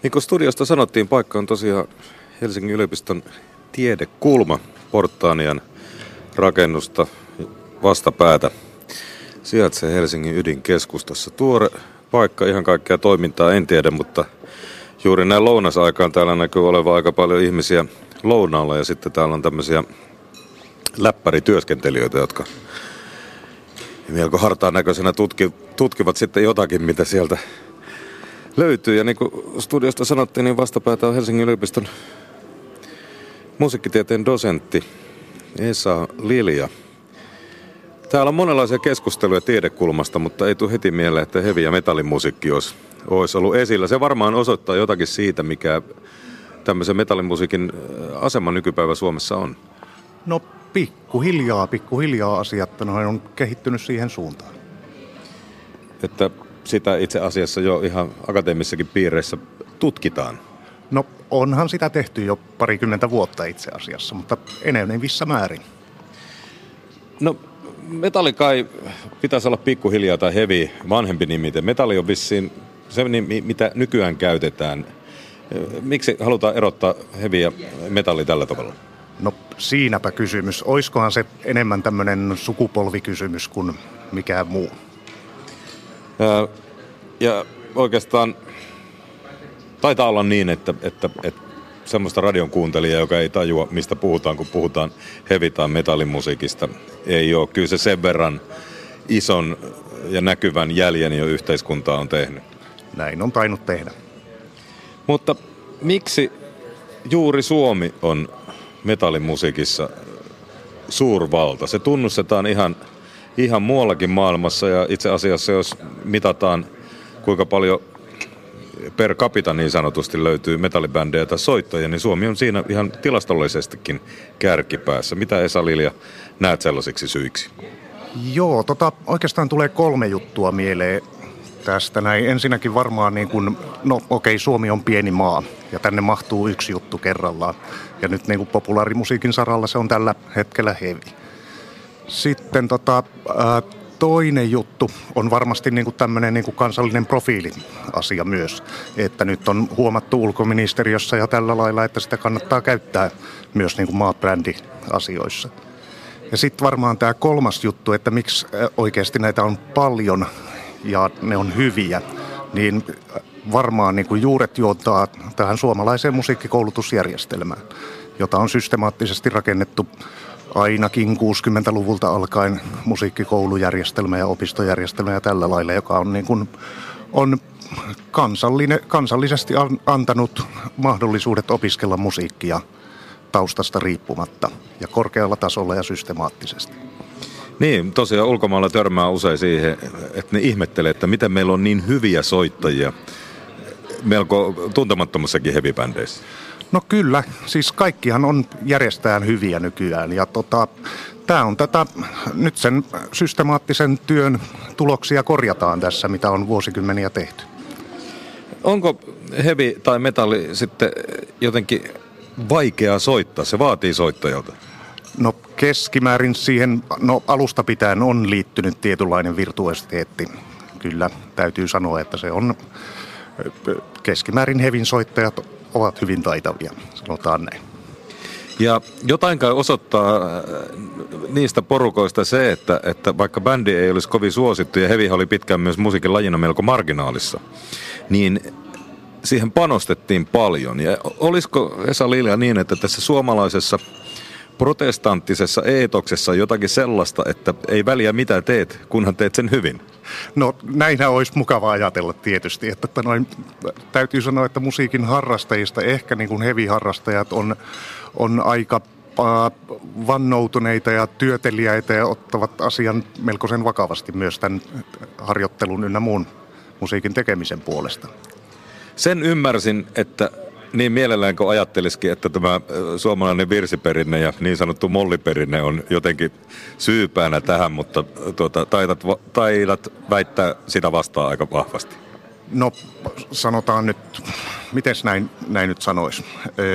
Niin kuin studiosta sanottiin, paikka on tosiaan Helsingin yliopiston tiedekulma, Portaanian rakennusta vastapäätä. Sijaitsee Helsingin ydinkeskustassa. Tuore paikka, ihan kaikkea toimintaa en tiedä, mutta juuri näin lounasaikaan täällä näkyy olevan aika paljon ihmisiä lounaalla ja sitten täällä on tämmöisiä läppärityöskentelijöitä, jotka melko hartaan näköisenä tutkivat sitten jotakin, mitä sieltä löytyy. Ja niin kuin studiosta sanottiin, niin vastapäätä on Helsingin yliopiston musiikkitieteen dosentti Esa Lilja. Täällä on monenlaisia keskusteluja tiedekulmasta, mutta ei tule heti mieleen, että heavy- ja metallimusiikki olisi ollut esillä. Se varmaan osoittaa jotakin siitä, mikä tämmöisen metallimusiikin asema nykypäivä Suomessa on. No pikkuhiljaa asiat on kehittynyt siihen suuntaan. Että sitä itse asiassa jo ihan akateemissakin piireissä tutkitaan. No onhan sitä tehty jo parikymmentä vuotta itse asiassa, mutta enenevissä määrin. No metalli kai pitäisi olla pikkuhiljaa tai heavy, vanhempi nimite. Metalli on vissiin se, mitä nykyään käytetään. Miksi halutaan erottaa heavy ja metalli tällä tavalla? No siinäpä kysymys. Oiskohan se enemmän tämmöinen sukupolvikysymys kuin mikään muu? Ja oikeastaan taitaa olla niin, että semmoista radion kuuntelijaa, joka ei tajua, mistä puhutaan, kun puhutaan heavy- tai metallimusiikista, ei ole. Kyllä se sen verran ison ja näkyvän jäljen jo yhteiskuntaa on tehnyt. Näin on tainnut tehdä. Mutta miksi juuri Suomi on metallimusiikissa suurvalta? Se tunnustetaan ihan muuallakin maailmassa ja itse asiassa jos mitataan kuinka paljon per capita niin sanotusti löytyy metallibändejä tai soittajia, niin Suomi on siinä ihan tilastollisestikin kärkipäässä. Mitä Esa Lilja näet sellaisiksi syiksi? Joo, oikeastaan tulee 3 juttua mieleen tästä näin. Ensinnäkin varmaan Suomi on pieni maa ja tänne mahtuu yksi juttu kerrallaan. Ja nyt niin kuin populaarimusiikin saralla se on tällä hetkellä heavy. Sitten toinen juttu on varmasti tämmöinen kansallinen profiiliasia myös, että nyt on huomattu ulkoministeriössä ja tällä lailla, että sitä kannattaa käyttää myös maabrändiasioissa. Ja sitten varmaan tämä 3. juttu, että miksi oikeasti näitä on paljon ja ne on hyviä, niin varmaan juuret juontaa tähän suomalaiseen musiikkikoulutusjärjestelmään, jota on systemaattisesti rakennettu ainakin 60-luvulta alkaen musiikkikoulujärjestelmä ja opistojärjestelmä ja tällä lailla, joka on kansallisesti antanut mahdollisuudet opiskella musiikkia taustasta riippumatta ja korkealla tasolla ja systemaattisesti. Niin, tosiaan ulkomailla törmää usein siihen, että ne ihmettelee, että miten meillä on niin hyviä soittajia melko tuntemattomassakin heavy-bändeissä. No kyllä, siis kaikkihan on järjestään hyviä nykyään ja tämä on nyt sen systemaattisen työn tuloksia korjataan tässä, mitä on vuosikymmeniä tehty. Onko heavy tai metalli sitten jotenkin vaikeaa soittaa? Se vaatii soittajalta. No keskimäärin siihen, alusta pitäen on liittynyt tietynlainen virtuositeetti. Kyllä täytyy sanoa, että se on keskimäärin heavyn soittajat ovat hyvin taitavia, sanotaan näin. Ja jotain kai osoittaa niistä porukoista se, että vaikka bändi ei olisi kovin suosittu ja heavy oli pitkään myös musiikin lajina melko marginaalissa, niin siihen panostettiin paljon. Ja olisiko Esa Lilja niin, että tässä suomalaisessa protestanttisessa eetoksessa jotakin sellaista, että ei väliä mitä teet, kunhan teet sen hyvin? No näinhän olisi mukava ajatella tietysti, että täytyy sanoa, että musiikin harrastajista ehkä heavy-harrastajat on aika vannoutuneita ja työteliäitä ja ottavat asian melkoisen vakavasti myös tämän harjoittelun ynnä muun musiikin tekemisen puolesta. Sen ymmärsin, että niin mielellään kun ajattelisikin, että tämä suomalainen virsiperinne ja niin sanottu molliperinne on jotenkin syypäänä tähän, mutta taidat väittää sitä vastaan aika vahvasti. No sanotaan nyt, miten näin nyt sanoisi.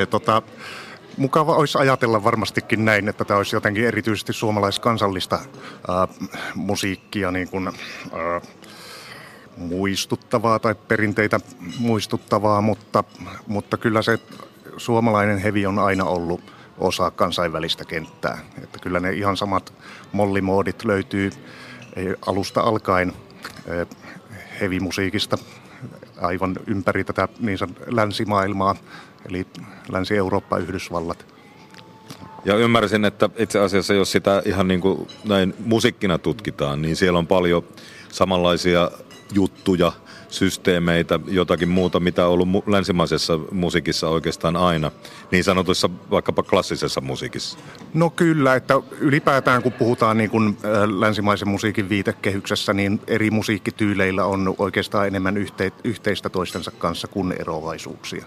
Mukava olisi ajatella varmastikin näin, että tämä olisi jotenkin erityisesti suomalaiskansallista musiikkia muistuttavaa tai perinteitä muistuttavaa, mutta kyllä se suomalainen heavy on aina ollut osa kansainvälistä kenttää. Että kyllä ne ihan samat mollimoodit löytyy alusta alkaen heavy-musiikista aivan ympäri tätä niin länsimaailmaa, eli Länsi-Eurooppa, Yhdysvallat. Ja ymmärsin, että itse asiassa jos sitä ihan niin kuin näin musiikkina tutkitaan, niin siellä on paljon samanlaisia juttuja, systeemeitä, jotakin muuta, mitä on ollut länsimaisessa musiikissa oikeastaan aina, niin sanotussa vaikkapa klassisessa musiikissa. No kyllä, että ylipäätään kun puhutaan niin kuin länsimaisen musiikin viitekehyksessä, niin eri musiikkityyleillä on oikeastaan enemmän yhteistä toistensa kanssa kuin eroavaisuuksia.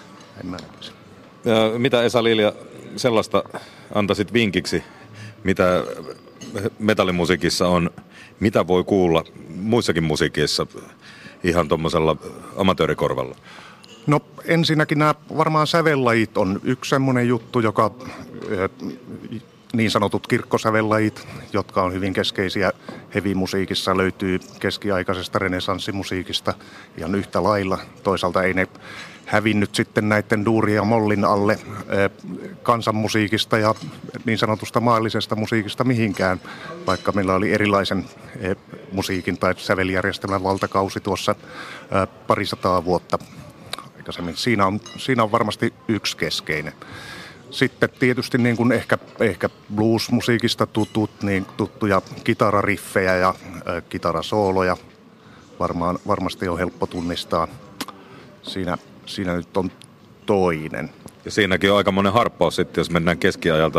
Mitä Esa-Liilia sellaista antaisit vinkiksi, mitä metallimusiikissa on, mitä voi kuulla muissakin musiikissa ihan tuommoisella amatöörikorvalla? No ensinnäkin nämä varmaan sävellajit on yksi semmoinen juttu, joka niin sanotut kirkkosävellajit, jotka on hyvin keskeisiä heavy-musiikissa, löytyy keskiaikaisesta renessanssimusiikista ihan yhtä lailla. Toisaalta ei ne hävinnyt sitten näiden duuri ja mollin alle kansanmusiikista ja niin sanotusta maallisesta musiikista mihinkään, vaikka meillä oli erilaisen musiikin tai säveljärjestelmän valtakausi tuossa parisataa vuotta aikaisemmin. Siinä on varmasti yksi keskeinen. Sitten tietysti niin kuin ehkä blues-musiikista tuttuja kitarariffejä ja kitarasooloja varmasti on helppo tunnistaa. Siinä nyt on toinen. Ja siinäkin on aikamoinen harppaus sitten, jos mennään keskiajalta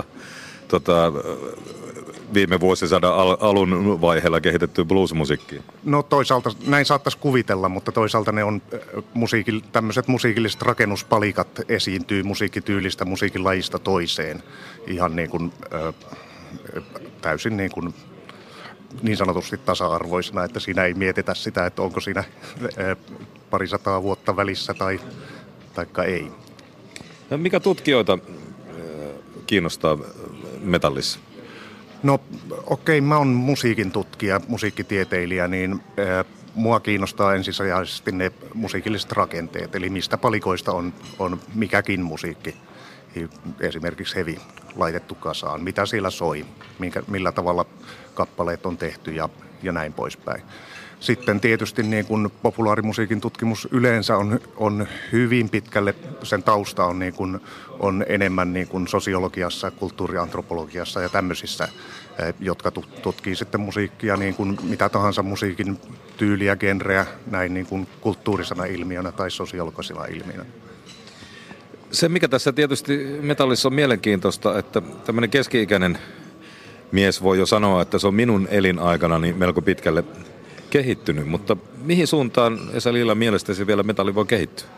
viime vuosisadan alun vaiheella kehitettyä blues-musiikkiin. No toisaalta näin saattaisi kuvitella, mutta toisaalta ne on tämmöiset musiikilliset rakennuspalikat esiintyy musiikkityylistä musiikilajista toiseen ihan niin kuin täysin niin sanotusti tasa-arvoisena, että siinä ei mietitä sitä, että onko siinä parisataa vuotta välissä taikka ei. Ja mikä tutkijoita kiinnostaa metallissa? No okei, mä oon musiikin tutkija, musiikkitieteilijä, niin mua kiinnostaa ensisijaisesti ne musiikilliset rakenteet, eli mistä palikoista on mikäkin musiikki, esimerkiksi heavy, laitettu kasaan, mitä siellä soi, millä tavalla kappaleet on tehty ja näin poispäin. Sitten tietysti niin kuin populaarimusiikin tutkimus yleensä on hyvin pitkälle, sen tausta on enemmän niin kuin sosiologiassa, kulttuuriantropologiassa ja tämmöisissä, jotka tutkii sitten musiikkia niin kuin mitä tahansa musiikin tyyliä, genreä, näin niin kuin kulttuurisena ilmiönä tai sosiologisena ilmiönä. Se, mikä tässä tietysti metallissa on mielenkiintoista, että tämmöinen keski-ikäinen mies voi jo sanoa, että se on minun elinaikanani melko pitkälle kehittynyt, mutta mihin suuntaan Esa-Liila mielestäsi vielä metalli voi kehittyä?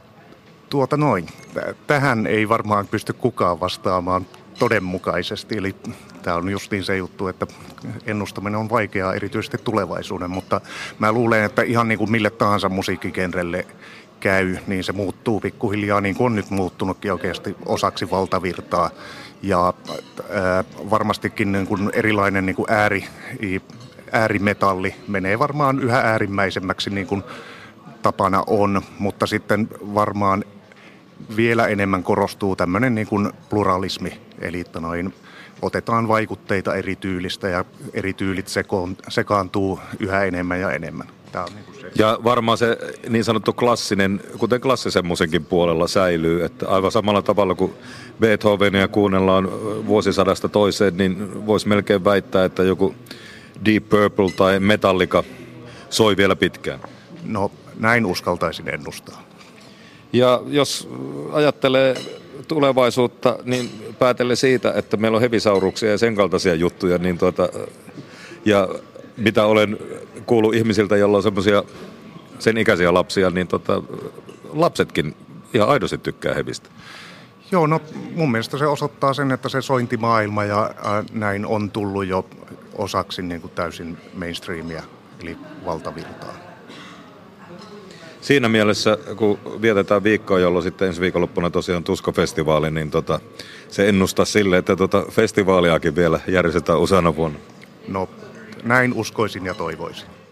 Tähän ei varmaan pysty kukaan vastaamaan todenmukaisesti, eli tämä on justiin se juttu, että ennustaminen on vaikeaa erityisesti tulevaisuuden, mutta mä luulen, että ihan niin kuin mille tahansa musiikkigenrelle käy, niin se muuttuu pikkuhiljaa, niin kuin on nyt muuttunutkin oikeasti osaksi valtavirtaa. Ja varmastikin niin kuin erilainen niin kuin äärimetalli menee varmaan yhä äärimmäisemmäksi niin kuin tapana on, mutta sitten varmaan vielä enemmän korostuu tämmöinen niin kuin pluralismi, eli otetaan vaikutteita eri tyylistä ja eri tyylit sekaantuu yhä enemmän ja enemmän. Tämä on niin kuin se. Ja varmaan se niin sanottu klassinen, kuten klassisen musiikin puolella säilyy, että aivan samalla tavalla kuin Beethovenia kuunnellaan vuosisadasta toiseen, niin voisi melkein väittää, että joku Deep Purple tai Metallica soi vielä pitkään. No näin uskaltaisin ennustaa. Ja jos ajattelee tulevaisuutta, niin päätellen siitä, että meillä on hevisauruksia ja sen kaltaisia juttuja, niin ja mitä olen kuullut ihmisiltä, joilla on semmoisia sen ikäisiä lapsia, niin lapsetkin ihan aidosti tykkää hevistä. Joo, no mun mielestä se osoittaa sen, että se sointimaailma ja näin on tullut jo osaksi niin kuin täysin mainstreamia, eli valtavirtaa. Siinä mielessä, kun vietetään viikkoa, jolloin sitten ensi viikonloppuna tosiaan Tusko-festivaali, niin se ennustaa sille, että festivaaliakin vielä järjestetään useana vuonna. No näin uskoisin ja toivoisin.